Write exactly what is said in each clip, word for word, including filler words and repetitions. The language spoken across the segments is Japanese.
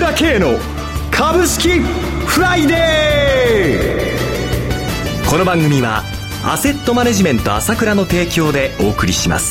倉慶の株式フライデー。この番組はアセットマネジメント朝倉の提供でお送りします。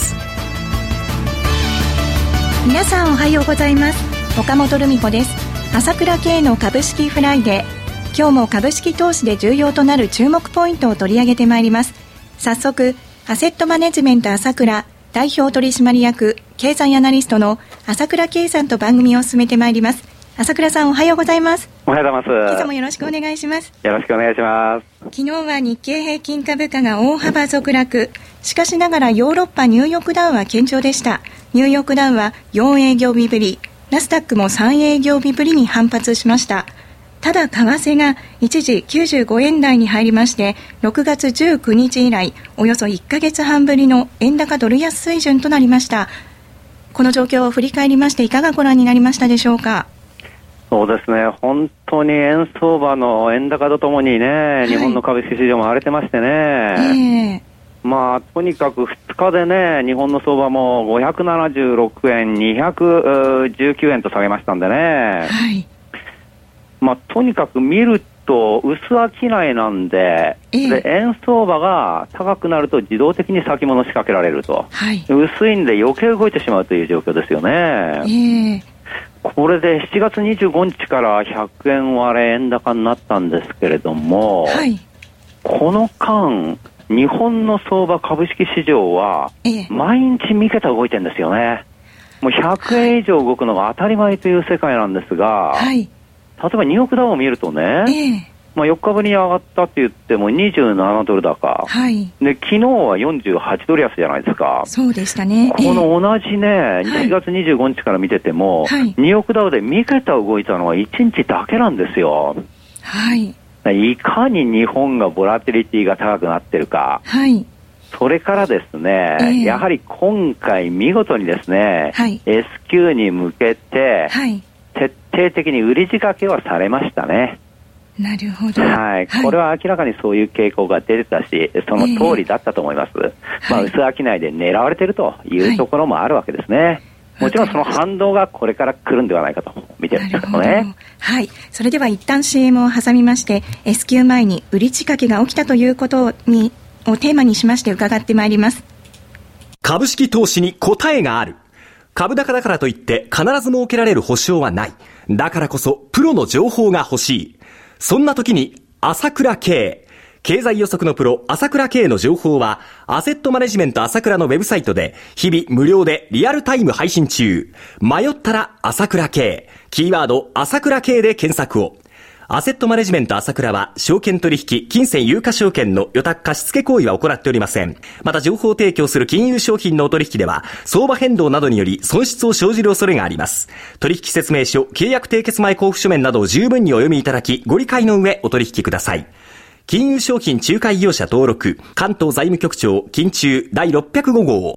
皆さんおはようございます。岡本留美子です。朝倉慶の株式フライデー、今日も株式投資で重要となる注目ポイントを取り上げてまいります。早速、アセットマネジメント朝倉代表取締役経済アナリストの朝倉慶さんと番組を進めてまいります。朝倉さん、おはようございます。 おはようございます。 今朝もよろしくお願いします。 よろしくお願いします。 昨日は日経平均株価が大幅続落。しかしながらヨーロッパニューヨークダウは堅調でした。ニューヨークダウはよん営業日ぶり、ナスダックもさん営業日ぶりに反発しました。ただ為替が一時きゅうじゅうごえん台に入りまして、ろくがつじゅうくにち以来およそいっかげつはんぶりの円高ドル安水準となりました。この状況を振り返りましていかがご覧になりましたでしょうか。 そうですね、本当に円相場の円高とともにね、はい、日本の株式市場も荒れてましてね、えー、まあとにかくふつかでね、日本の相場もごひゃくななじゅうろくえん、にひゃくじゅうきゅうえんと下げましたんでね、はい、まあとにかく見ると薄商いなんで、えー、で円相場が高くなると自動的に先物仕掛けられると、はい、薄いんで余計動いてしまうという状況ですよね。えーこれでしちがつにじゅうごにちからひゃくえん割れ円高になったんですけれども、はい、この間日本の相場株式市場は毎日三桁動いてるんですよね。もうひゃくえん以上動くのが当たり前という世界なんですが、はい、例えばニューヨークダウを見るとね、えーまあ、よっかぶりに上がったって言ってもにじゅうななドル高、はい、で昨日はよんじゅうはちドル安じゃないですか。 そうでしたね。 この同じね、えー、しがつにじゅうごにちから見てても、はい、ニューヨークダウで三桁動いたのはいちにちだけなんですよ。はい、いかに日本がボラティリティが高くなってるか、はい、それからですね、えー、やはり今回見事にですね、はい、S q に向けて、はい、徹底的に売り仕掛けはされましたね。 なるほど、 はい、これは明らかにそういう傾向が出てたし、その通りだったと思います。えーまあ、薄商いで狙われているというところもあるわけですね。はい、もちろんその反動がこれから来るんではないかと見てるんですけどね。 はい、それでは一旦 シーエム を挟みまして S q 前に売り仕掛けが起きたということにをテーマにしまして伺ってまいります。 株式投資に答えがある。株高だからといって必ず設けられる保証はない。だからこそプロの情報が欲しい。そんな時に朝倉慶、経済予測のプロ朝倉慶の情報はアセットマネジメント朝倉のウェブサイトで日々無料でリアルタイム配信中。迷ったら朝倉慶、キーワード朝倉慶で検索を。アセットマネジメント朝倉は証券取引、金銭有価証券の予託貸付行為は行っておりません。また情報提供する金融商品のお取引では相場変動などにより損失を生じる恐れがあります。取引説明書、契約締結前交付書面などを十分にお読みいただき、ご理解の上お取引ください。金融商品仲介業者登録、関東財務局長金中第ろっぴゃくご号。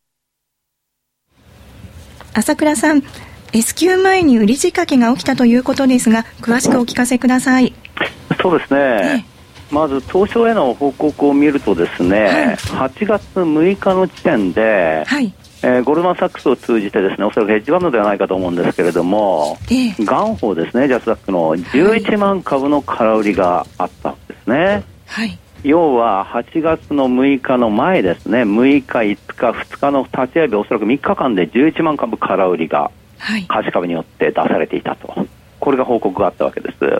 朝倉さん、S q 前に売り仕掛けが起きたということですが、詳しくお聞かせください。 そうですね、えまず東証への報告を見るとですね、はい、はちがつむいかの時点で、はいえー、ゴールドマンサックスを通じてですね、おそらくヘッジファンドではないかと思うんですけれども、え元宝ですね、ジャスダックのじゅういちまんかぶの空売りがあったんですね。はい、要ははちがつのむいかの前ですね、むいか、いつか、ふつかの立ち会い日、おそらくみっかかんでじゅういちまんかぶ空売りが貸し株によって出されていたと、これが報告があったわけです。はい、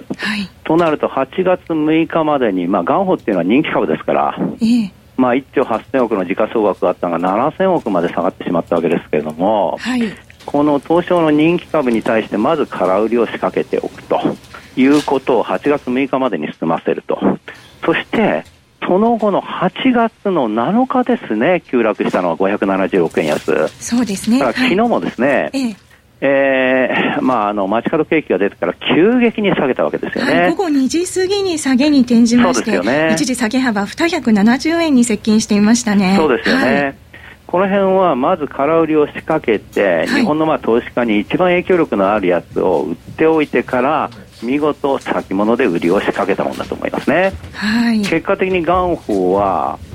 となるとはちがつむいかまでに、まあ、元宝っていうのは人気株ですから、えーまあ、いっちょうはっせんおくの時価総額があったのがななせんおくまで下がってしまったわけですけれども、はい、この東証の人気株に対してまず空売りを仕掛けておくということをはちがつむいかまでに済ませると。そしてその後のはちがつのなのかですね、急落したのはごひゃくななじゅうろくえん安。 そうですね。 だから昨日もですね、はい、えええーまあ、あの街角景気が出てから急激に下げたわけですよね。 はい、午後にじ過ぎに下げに転じまして、ね、一時下げ幅にひゃくななじゅうえんに接近していましたね。 そうですよね、はい、この辺はまず空売りを仕掛けて、はい、日本のまあ投資家に一番影響力のあるやつを売っておいてから見事先物で売りを仕掛けたものだと思いますね。はい、結果的に元宝は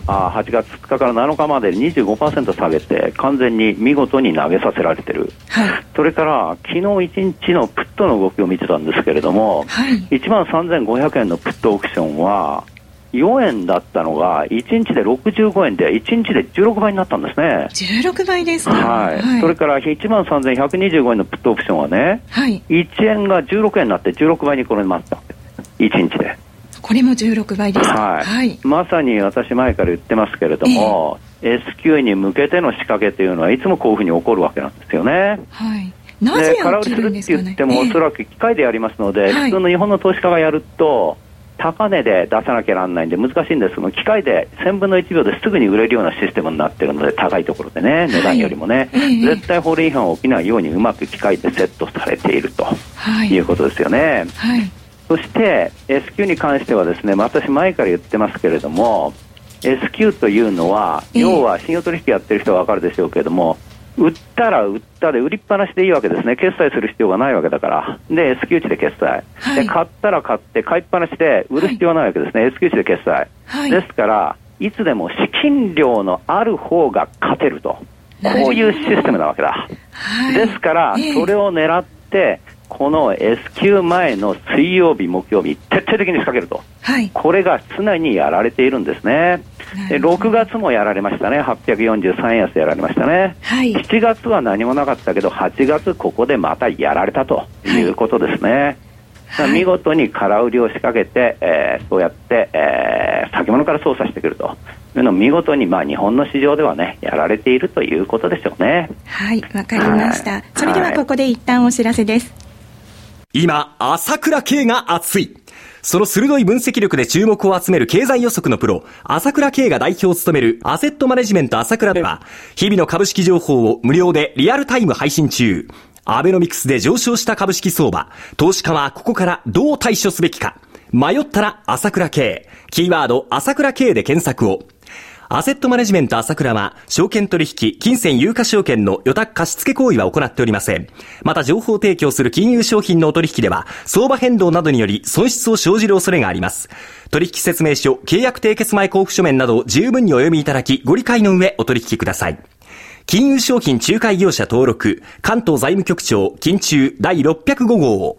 はちがつつつかからなのかまで にじゅうごパーセント 下げて完全に見事に投げさせられてる、はい、それから昨日いちにちのプットの動きを見てたんですけれども、はい、いちまんさんぜんごひゃくえんのプットオプションはよえんだったのがいちにちでろくじゅうごえんでいちにちでじゅうろくばいになったんですね。 じゅうろくばいですか。 はい、はい、それからいちまんさんぜんひゃくにじゅうごえんのプットオプションはね、はい、いちえんがじゅうろくえんになってじゅうろくばいにこれまったいちにちで。 これもじゅうろくばいですか。 はいはい、まさに私前から言ってますけれども、えー、S q に向けての仕掛けというのはいつもこういうふうに起こるわけなんですよね。 はい、なぜ空売りするって言っても、おそらく機械でやりますので、普通の日本の投資家がやると高値で出さなきゃならないんで難しいんですけど、機械でせんぶんのいちびょうですぐに売れるようなシステムになっているので、高いところでね、値段よりもね、はい、絶対法令違反起きないようにうまく機械でセットされていると、はい、いうことですよね。はい、そして S q に関してはですね、私前から言ってますけれども、 S q というのは要は信用取引やってる人は分かるでしょうけれども、売ったら売ったで売りっぱなしでいいわけですね。決済する必要がないわけだから。で S q 値で決済、はい、で買ったら買って買いっぱなしで売る必要はないわけですね、はい、S q 値で決済、はい、ですからいつでも資金量のある方が勝てると、こういうシステムなわけだ、はい、ですからそれを狙ってこの S q 前の水曜日木曜日徹底的に仕掛けると、はい、これが常にやられているんですね。でろくがつもやられましたね。はっぴゃくよんじゅうさんえん安やられましたね、はい、しちがつは何もなかったけどはちがつここでまたやられたということですね、はい、見事に空売りを仕掛けて、えー、そうやって、えー、先物から操作してくるというのを見事に、まあ、日本の市場ではねやられているということでしょうね。 はい、わかりました、はい、それではここで一旦お知らせです。 今朝倉慶が熱い。その鋭い分析力で注目を集める経済予測のプロ、朝倉慶が代表を務めるアセットマネジメント朝倉では、日々の株式情報を無料でリアルタイム配信中。アベノミクスで上昇した株式相場、投資家はここからどう対処すべきか。迷ったら朝倉慶、キーワード朝倉慶で検索を。アセットマネジメント朝倉は、証券取引、金銭有価証券の予託貸付行為は行っておりません。また情報提供する金融商品のお取引では、相場変動などにより損失を生じる恐れがあります。取引説明書、契約締結前交付書面などを十分にお読みいただき、ご理解の上お取引ください。金融商品仲介業者登録、関東財務局長、金中第ろっぴゃくご号。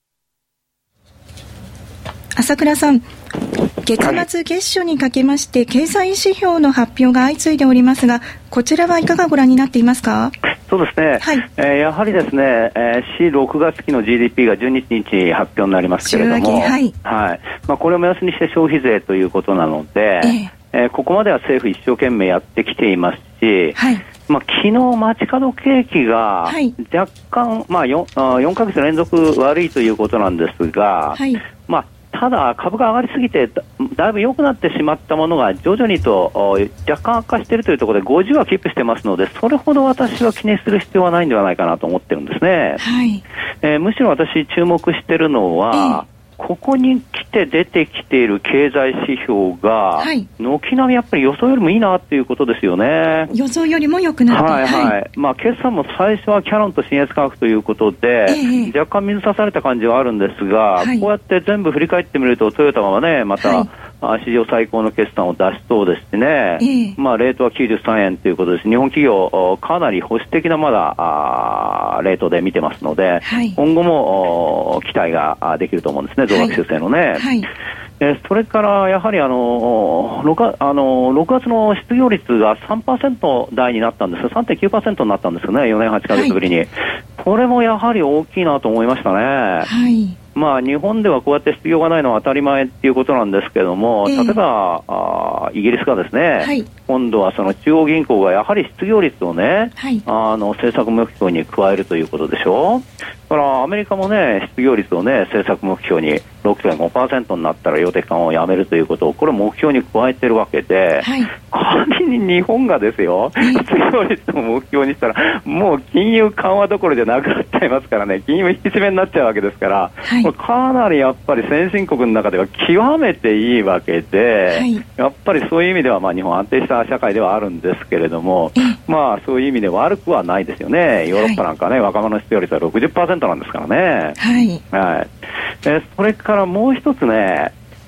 朝倉さん、月末月初にかけまして経済指標の発表が相次いでおりますが、こちらはいかがご覧になっていますか。 そうですね、はい、えー、やはりですね、えー、しろくがつきの ジーディーピー がじゅうににち発表になりますけれども、はいはい、まあ、これを目安にして消費税ということなので、えーえー、ここまでは政府一生懸命やってきていますし、はい、まあ、昨日街角景気が若干、まあ、4, よんかげつ連続悪いということなんですが、はい、まあただ株が上がりすぎてだいぶ良くなってしまったものが徐々にと若干悪化しているというところでごじゅうはキープしてますので、それほど私は気にする必要はないんではないかなと思ってるんですね、はい、えー、むしろ私注目しているのは、えーここに来て出てきている経済指標が軒並みやっぱり予想よりもいいなということですよね。 予想よりも良くなって、 はいはいはい、まあ、決算も最初はキャノンと信越科学ということで、えー、若干水差された感じはあるんですが、はい、こうやって全部振り返ってみるとトヨタはねまた、はい、史上最高の決算を出しそうですしね、えーまあ、レートはきゅうじゅうさんえんということです。日本企業かなり保守的なまだあレートで見てますので、はい、今後も期待ができると思うんですね、増額修正のね、はいはい、えー、それからやはりあの 6, あのろくがつの失業率が さんパーセント 台になったんですが さんてんきゅうパーセント になったんですよね、よねんはちかげつぶりに、はい、これもやはり大きいなと思いましたね、はい、まあ、日本ではこうやって失業がないのは当たり前っていうことなんですけれども、えー、例えばあイギリスがですね、はい、今度はその中央銀行がやはり失業率をね、はい、あの政策目標に加えるということでしょう。だからアメリカもね失業率をね政策目標に ろくてんごパーセント になったら量的緩和をやめるということをこれを目標に加えているわけで、はい、仮に日本がですよ失業率を目標にしたらもう金融緩和どころじゃなくなっちゃいますからね、金融引き締めになっちゃうわけですから、はい、かなりやっぱり先進国の中では極めていいわけで、はい、やっぱりそういう意味ではまあ日本安定した社会ではあるんですけれども、まあそういう意味で悪くはないですよね。ヨーロッパなんかね、はい、若者の失業率は ろくじゅっパーセント なんですからね、はいはい、えー、それからもう一つね、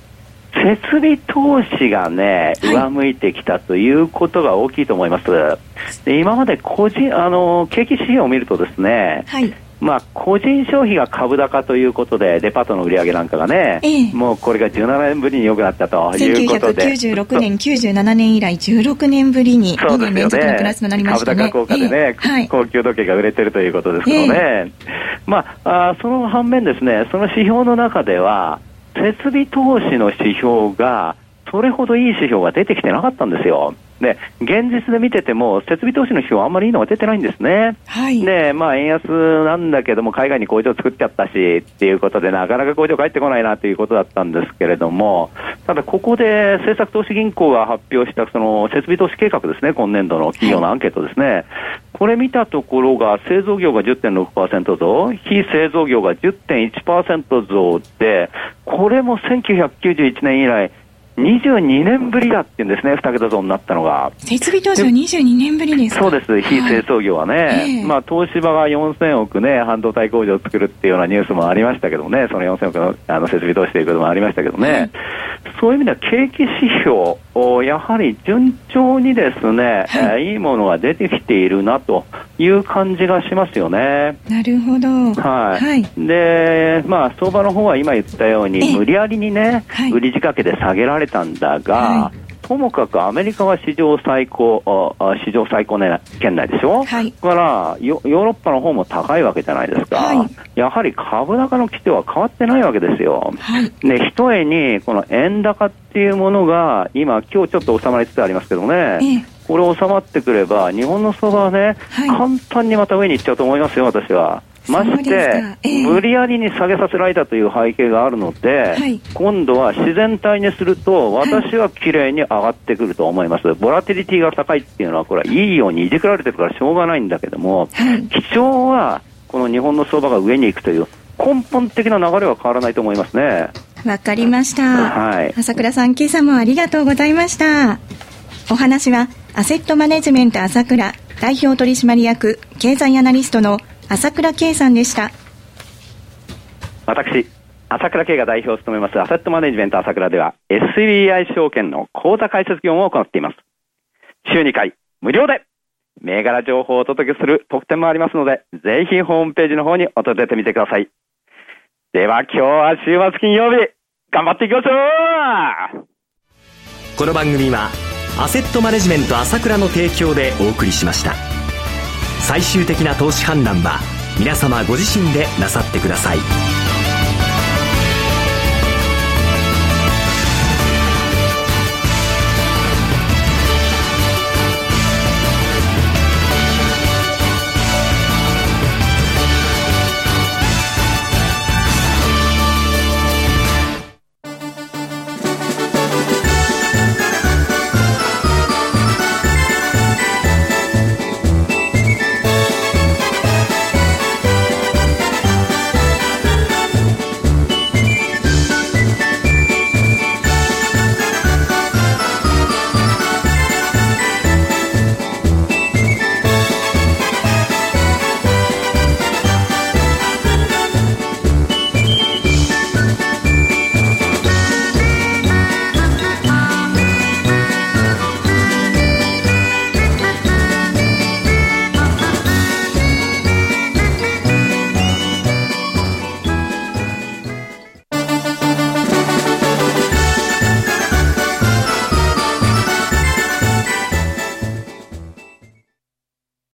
設備投資がね、上向いてきたということが大きいと思います。で、今まで個人、あの、景気指標を見るとですね、はい、まあ、個人消費が株高ということで、デパートの売り上げなんかがね、ええ、もうこれがじゅうななねんぶりに良くなったということで。 せんきゅうひゃくきゅうじゅうろくねん、きゅうじゅうななねん以来じゅうろくねんぶりににねん連続のプラスとなりましたね。 株高効果でね、ええはい、高級時計が売れてるということですけどね。ええ、まあ、あ、その反面ですね、その指標の中では、設備投資の指標が、それほどいい指標が出てきてなかったんですよ。で、現実で見てても設備投資の指標あんまりいいのが出てないんですね。はい。で、まあ円安なんだけども海外に工場作っちゃったしっていうことでなかなか工場帰ってこないなということだったんですけれども、ただここで政策投資銀行が発表したその設備投資計画ですね、今年度の企業のアンケートですね。はい、これ見たところが製造業が じゅってんろくパーセント 増、非製造業が じゅってんいちパーセント 増で、これもせんきゅうひゃくきゅうじゅういちねん以来にじゅうにねんぶりだっていうんですね、二桁増になったのが。 設備投資はにじゅうにねんぶりですか？ そうです、非製造業はね。はい、まあ、東芝がよんせんおくね、半導体工場を作るっていうようなニュースもありましたけどね、そのよんせんおくの、あの設備投資ということもありましたけどね。はい、そういう意味では景気指標をやはり順調にですね、はい、えー、いいものが出てきているなという感じがしますよね。 なるほど。 はい。はい、で、まあ、相場の方は今言ったように、無理やりにね、はい、売り仕掛けで下げられたんだが、はい、ともかくアメリカは史上最高、史上最高圏内でしょ。はい。だからヨ、ヨーロッパの方も高いわけじゃないですか。はい、やはり株高の基調は変わってないわけですよ。はい。で、ひとえに、この円高っていうものが、今、今日ちょっと収まりつつありますけどね。ええ、これ収まってくれば日本の相場はね、はい、簡単にまた上に行っちゃうと思いますよ、私は。まして、えー、無理やりに下げさせられたという背景があるので、はい、今度は自然体にすると私は綺麗に上がってくると思います。ボラティリティが高いっていうのはこれはいいようにいじくられてるからしょうがないんだけども、はい、基調はこの日本の相場が上に行くという根本的な流れは変わらないと思いますね。 わかりました。はい、朝倉さん、今朝もありがとうございました。お話はアセットマネジメント朝倉代表取締役経済アナリストの朝倉圭さんでした。 私、朝倉圭が代表を務めますアセットマネジメント朝倉では エスビーアイ 証券の口座開設業務を行っています。週にかい無料で銘柄情報をお届けする特典もありますので、ぜひホームページの方に訪れてみてください。では今日は週末金曜日、頑張っていきましょう。 この番組はアセットマネジメント朝倉の提供でお送りしました。最終的な投資判断は皆様ご自身でなさってください。